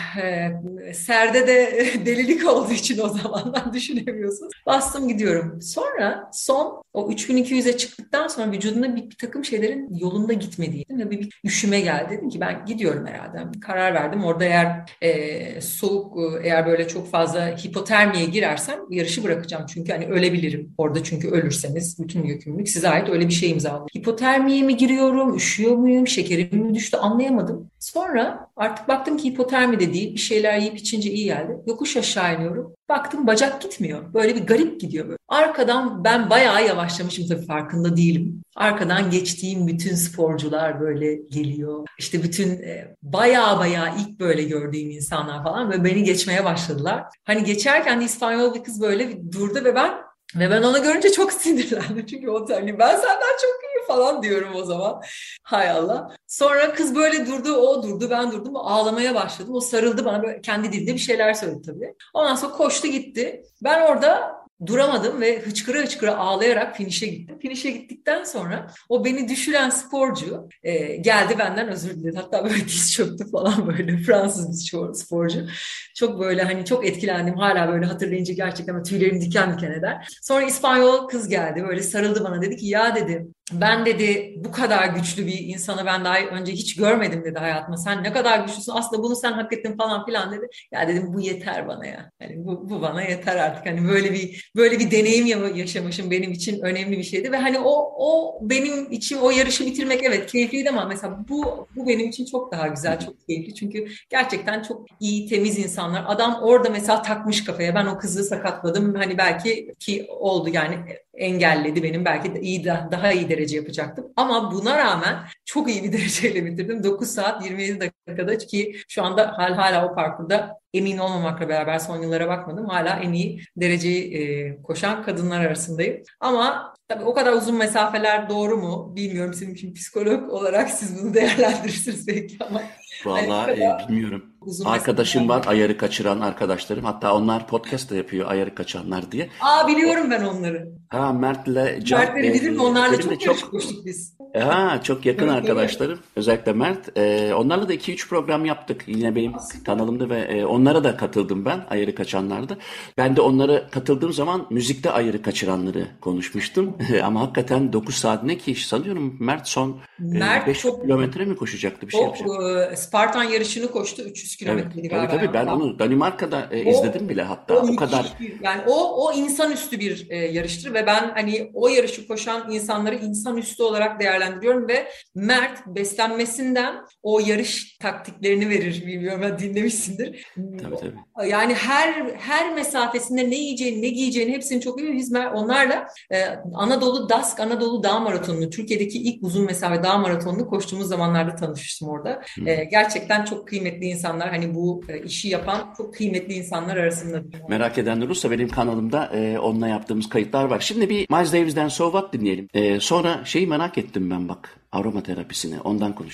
e, serde de delilik olduğu için o zamanlar düşünemiyorsunuz. Bastım gidiyorum. Sonra son o üç bin iki yüze çıktıktan sonra vücudumda bir, bir takım şeylerin yolunda gitmediği ve bir, bir üşüme geldi. Dedim ki ben gidiyorum herhalde. Bir karar verdim. Orada eğer e, soğuk eğer böyle çok fazla hipotermiye girersem yarışı bırakacağım. Çünkü hani ölebilirim. Orada çünkü ölürseniz bütün yükümlülük size ait, öyle bir şey imzaladım. Hipotermiye mi giriyorum? Üşüyor muyum? Şekerim mi düştü? Anlayamadım. Sonra artık baktım ki hipotermi de değil. Bir şeyler yiyip içince iyi geldi. Yokuş aşağı iniyorum. Baktım bacak gitmiyor. Böyle bir garip gidiyor böyle. Arkadan ben bayağı yavaşlamışım tabii, farkında değilim. Arkadan geçtiğim bütün sporcular böyle geliyor. İşte bütün e, bayağı bayağı ilk böyle gördüğüm insanlar falan böyle beni geçmeye başladılar. Hani geçerken de İspanyol bir kız böyle bir durdu ve ben Ve ben onu görünce çok sinirlendim. Çünkü o hani ben senden çok iyi falan diyorum o zaman. Hay Allah. Sonra kız böyle durdu, o durdu, ben durdum. Ağlamaya başladım. O sarıldı bana, böyle kendi dilde bir şeyler söyledi tabii. Ondan sonra koştu gitti. Ben orada duramadım ve hıçkıra hıçkıra ağlayarak finişe gittim. Finişe gittikten sonra o beni düşüren sporcu e, geldi benden özür diledi. Hatta böyle diz çöktü falan, böyle Fransız bir sporcu. Çok böyle hani çok etkilendim. Hala böyle hatırlayınca gerçekten tüylerim diken diken eder. Sonra İspanyol kız geldi, böyle sarıldı bana, dedi ki ya dedi, ben dedi bu kadar güçlü bir insanı ben daha önce hiç görmedim dedi hayatımda. Sen ne kadar güçlüsün, aslında bunu sen hak ettin falan filan dedi. Ya dedim bu yeter bana ya. Yani bu, bu bana yeter artık. Hani böyle bir böyle bir deneyim yaşamışım, benim için önemli bir şeydi ve hani o o benim için o yarışı bitirmek evet keyifliydi ama mesela bu bu benim için çok daha güzel, çok keyifli. Çünkü gerçekten çok iyi, temiz insanlar. Adam orada mesela takmış kafaya. Ben o kızı sakatladım. Hani belki ki oldu yani, engelledi benim. Belki de iyi, daha iyi derece yapacaktım. Ama buna rağmen çok iyi bir dereceyle bitirdim. dokuz saat yirmi yedi dakikada, ki şu anda hal hala o parkurda emin olmamakla beraber son yıllara bakmadım. Hala en iyi dereceyi e, koşan kadınlar arasındayım. Ama tabii o kadar uzun mesafeler doğru mu bilmiyorum. Sizin için psikolog olarak siz bunu değerlendirirsiniz belki ama. Vallahi Yani e, bilmiyorum. Arkadaşım var, ayarı kaçıran arkadaşlarım. Hatta onlar podcast da yapıyor, ayarı kaçanlar diye. Aa, biliyorum ben onları. Ha, Mert'le Can. Mertleri e, bilirim, onlarla benim de çok yarış koştuk biz. Ha, çok yakın Evet, arkadaşlarım. Özellikle Mert. E, onlarla da iki üç program yaptık. Yine benim kanalımda ve e, onlara da katıldım ben. Ayarı kaçanlarda. Ben de onlara katıldığım zaman müzikte ayarı kaçıranları konuşmuştum. Ama hakikaten dokuz saat ne ki iş, sanıyorum Mert son Mert e, beş çok kilometre mi koşacaktı, bir şey çok yapacak. e, Spartan yarışını koştu, üç yüz Evet, kilometreydi tabii galiba. tabii ben Yani. onu Danimarka'da e, O, izledim bile hatta. o O kadar. müthiş bir, yani o o insanüstü bir e, yarıştır ve ben hani o yarışı koşan insanları insanüstü olarak değerlendiriyorum ve Mert beslenmesinden o yarış taktiklerini verir. Bilmiyorum, ben dinlemişsindir. Tabii tabii. Yani her her mesafesinde ne yiyeceğini, ne giyeceğini hepsini çok iyi. Biz onlarla e, Anadolu DASK, Anadolu Dağ Maratonu'nu, Türkiye'deki ilk uzun mesafe dağ maratonunu koştuğumuz zamanlarda tanışmıştım orada. Hmm. E, gerçekten çok kıymetli insanlar. Hani bu e, işi yapan çok kıymetli insanlar arasında. Merak edenler olursa benim kanalımda e, onunla yaptığımız kayıtlar var. Şimdi bir Miles Davis'den So What dinleyelim. E, sonra şeyi merak ettim ben bak. Aromaterapisini. Ondan konuşuruz.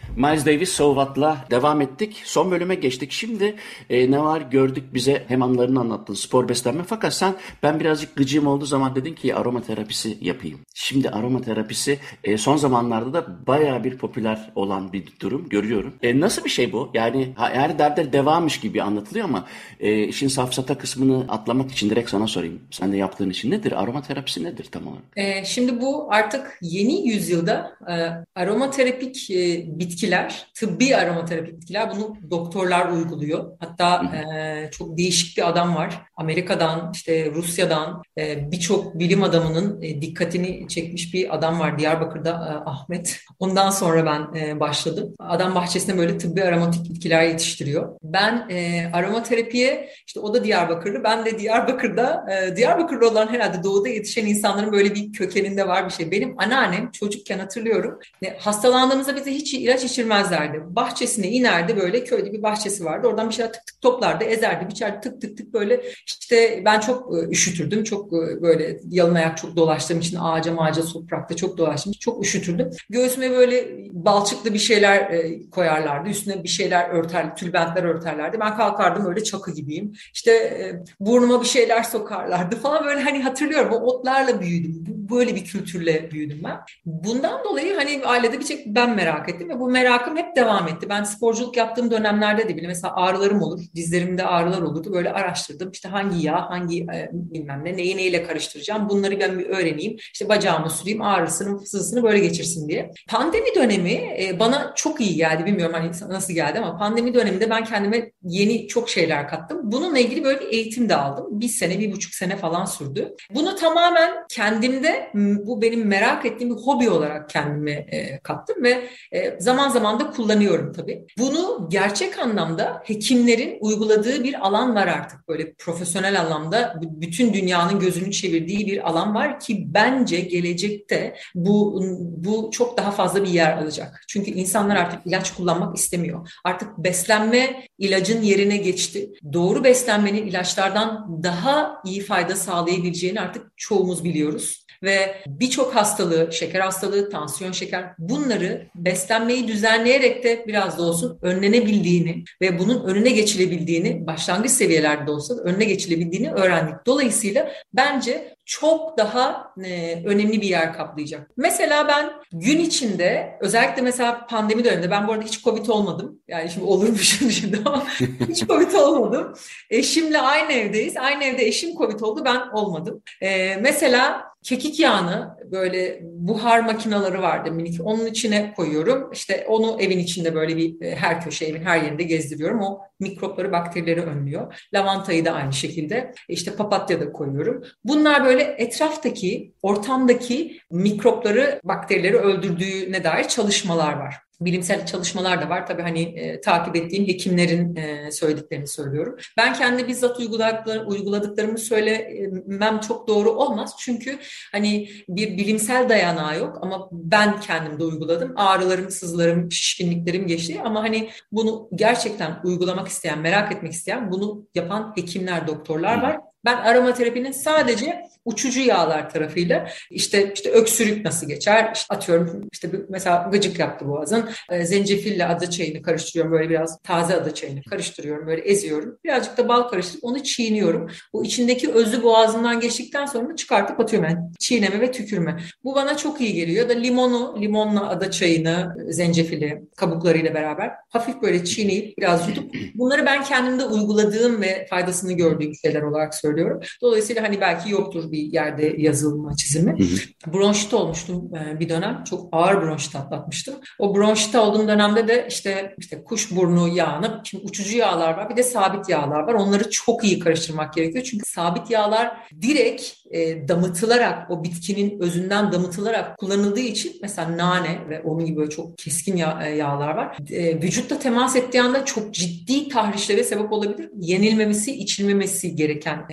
Miles Davis So What'la devam ettik. Son bölüme geçtik. Şimdi e, ne var gördük, bize hem anılarını anlattın, spor, beslenme. Fakat sen, ben birazcık gıcığım olduğu zaman dedin ki aromaterapisi yapayım. Şimdi aromaterapisi e, son zamanlarda da bayağı bir popüler olan bir durum görüyorum. E, nasıl bir şey bu? Yani her derde devamış gibi anlatılıyor ama e, işin safsata kısmını atlamak için direkt sana sorayım. Sen de yaptığın için nedir? Aromaterapisi nedir tam olarak? E, şimdi bu artık yeni yüzyılda e, aromaterapik e, bitkiler, tıbbi aromaterapik bitkiler, bunu doktorlar uyguluyor. Hatta e, çok değişik bir adam var. Amerika'dan, işte Rusya'dan e, birçok bilim adamının e, dikkatini çekmiş bir adam var. Diyarbakır'da e, Ahmet. Ondan sonra ben e, başladım. Adam bahçesinde böyle tıbbi aromatik bitkiler yetiştiriyor. Ben e, aromaterapiye, işte o da Diyarbakırlı, ben de Diyarbakır'da, e, Diyarbakırlı olan herhalde doğuda yetişen insanların böyle bir kökeninde var bir şey. Benim anneannem çocukken hatırlıyorum. E, hastalandığımızda bize hiç ilaç içirmezlerdi. Bahçesine inerdi, böyle köyde bir bahçesi vardı. Oradan bir şeyler tık tık toplardı, ezerdi, biçerdi, tık tık tık böyle. İşte ben çok e, üşütürdüm. Çok e, böyle yalın ayak çok dolaştığım için, ağaca mağaca toprakta çok dolaştığım için çok üşütürdüm. Göğsüme böyle balçıklı bir şeyler e, koyarlardı. Üstüne bir şeyler örter, tülbentler örterlerdi. Ben kalkardım öyle çakı gibiyim. İşte e, burnuma bir şeyler sokarlardı falan, böyle hani hatırlıyorum. O otlarla büyüdüm. Böyle bir kültürle büyüdüm ben. Bundan dolayı hani ailede bir tek ben merak ettim ve bu merakım hep devam etti. Ben sporculuk yaptığım dönemlerde de bile mesela ağrılarım olur. Dizlerimde ağrılar olurdu. Böyle araştırdım. İşte hangi yağ, hangi e, bilmem ne, neyi neyle karıştıracağım. Bunları ben bir öğreneyim. İşte bacağımı süreyim, ağrısını, fısıltısını böyle geçirsin diye. Pandemi dönemi e, bana çok iyi geldi. Bilmiyorum hani nasıl geldi ama pandemi döneminde ben kendime yeni çok şeyler kattım. Bununla ilgili böyle bir eğitim de aldım. Bir sene, bir buçuk sene falan sürdü. Bunu tamamen kendimde, bu benim merak ettiğim bir hobi olarak kendime e, kattım ve e, zaman zaman da kullanıyorum tabii. Bunu gerçek anlamda hekimlerin uyguladığı bir alan var artık. Böyle profesyonel anlamda bütün dünyanın gözünü çevirdiği bir alan var ki bence gelecekte bu bu çok daha fazla bir yer alacak. Çünkü insanlar artık ilaç kullanmak istemiyor. Artık beslenme ilacın yerine geçti. Doğru beslenmenin ilaçlardan daha iyi fayda sağlayabileceğini artık çoğumuz biliyoruz. Ve birçok hastalığı, şeker hastalığı, tansiyon, şeker, bunları beslenmeyi düzenleyerek de biraz da olsun önlenebildiğini ve bunun önüne geçilebildiğini, başlangıç seviyelerde de olsa da önüne geçilebildiğini öğrendik. Dolayısıyla bence çok daha e, önemli bir yer kaplayacak. Mesela ben gün içinde, özellikle mesela pandemi döneminde, ben bu arada hiç Covid olmadım. Yani şimdi olurmuşum şimdi ama hiç Covid olmadım. Eşimle aynı evdeyiz. Aynı evde eşim Covid oldu, ben olmadım. E, mesela kekik yağını, böyle buhar makineleri vardı minik, onun içine koyuyorum. İşte onu evin içinde böyle bir her köşe, evin her yerinde gezdiriyorum. O mikropları, bakterileri önlüyor. Lavantayı da aynı şekilde. İşte papatya da koyuyorum. Bunlar böyle etraftaki, ortamdaki mikropları, bakterileri öldürdüğüne dair çalışmalar var. Bilimsel çalışmalar da var. Tabii hani e, takip ettiğim hekimlerin e, söylediklerini söylüyorum. Ben kendi bizzat uyguladıklarım, uyguladıklarımı söylemem çok doğru olmaz. Çünkü hani bir bilimsel dayanağı yok ama ben kendim de uyguladım. Ağrılarım, sızlarım, şişkinliklerim geçti ama hani bunu gerçekten uygulamak isteyen, merak etmek isteyen, bunu yapan hekimler, doktorlar var. Ben aromaterapinin sadece uçucu yağlar tarafıyla, işte işte öksürük nasıl geçer? İşte atıyorum, işte mesela gıcık yaptı boğazın. E, zencefille ada çayını karıştırıyorum. Böyle biraz taze ada çayını karıştırıyorum. Böyle eziyorum. Birazcık da bal karıştırıp onu çiğniyorum. Bu içindeki özü boğazından geçtikten sonra çıkartıp atıyorum yani. Çiğneme ve tükürme. Bu bana çok iyi geliyor. Ya da limonu, limonla ada çayını, zencefili kabuklarıyla beraber hafif böyle çiğneyip biraz yutup, bunları ben kendimde uyguladığım ve faydasını gördüğüm şeyler olarak söylüyorum. Dolayısıyla hani belki yoktur bir yerde yazılma çizimi. Bronşit olmuştum bir dönem. Çok ağır bronşit atlatmıştım. O bronşit olduğum dönemde de işte işte kuşburnu yağını, şimdi uçucu yağlar var, bir de sabit yağlar var. Onları çok iyi karıştırmak gerekiyor. Çünkü sabit yağlar direkt e, damıtılarak, o bitkinin özünden damıtılarak kullanıldığı için, mesela nane ve onun gibi böyle çok keskin yağ, yağlar var. E, vücutla temas ettiği anda çok ciddi tahrişlere sebep olabilir. Yenilmemesi, içilmemesi gereken e,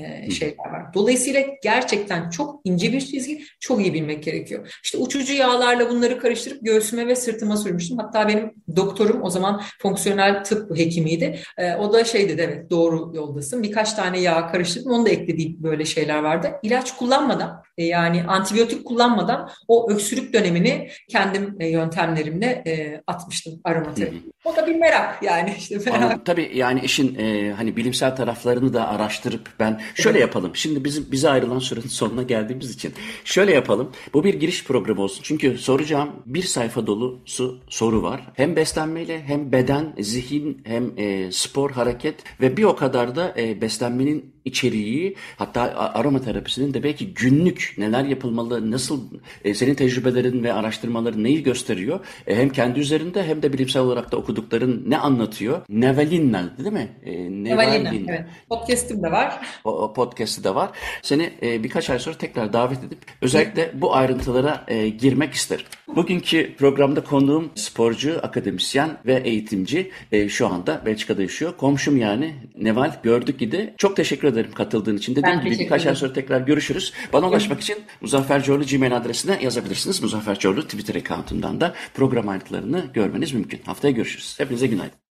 e, şeyler var. Dolayısıyla gerçekten çok ince bir çizgi, çok iyi bilmek gerekiyor. İşte uçucu yağlarla bunları karıştırıp göğsüme ve sırtıma sürmüştüm. Hatta benim doktorum o zaman fonksiyonel tıp hekimiydi. E, o da şey dedi, evet doğru yoldasın. Birkaç tane yağ karıştırdım, onu da eklediğim böyle şeyler vardı. İlaç kullanmadan, e, yani antibiyotik kullanmadan o öksürük dönemini kendim e, yöntemlerimle e, atmıştım aromaterapi. O da bir merak yani işte merak. Anladım. Tabii yani işin e, hani bilimsel taraflarını da araştırıp ben şöyle yapalım. Şimdi bizim bize ayrılan sürenin sonuna geldiğimiz için şöyle yapalım. Bu bir giriş programı olsun. Çünkü soracağım bir sayfa dolusu soru var. Hem beslenmeyle hem beden, zihin, hem e, spor, hareket ve bir o kadar da e, beslenmenin içeriği, hatta aromaterapisinin de belki günlük neler yapılmalı, nasıl e, senin tecrübelerin ve araştırmaların neyi gösteriyor? E, hem kendi üzerinde hem de bilimsel olarak da okudukların ne anlatıyor? Nevalinna değil mi? E, Nevalina, evet. Podcast'im de var. O, o podcast'ı da var. Seni e, birkaç ay sonra tekrar davet edip özellikle bu ayrıntılara e, girmek isterim. Bugünkü programda konuğum sporcu, akademisyen ve eğitimci. E, şu anda Belçika'da yaşıyor. Komşum yani Neval Gördük idi. Çok teşekkür ederim katıldığın için. Dediğim gibi birkaç ay sonra tekrar görüşürüz. Bana ulaşmak için Muzaffer Çorlu Gmail adresine yazabilirsiniz. Muzaffer Çorlu Twitter account'undan da program ayrıntılarını görmeniz mümkün. Haftaya görüşürüz. Hepinize günaydın.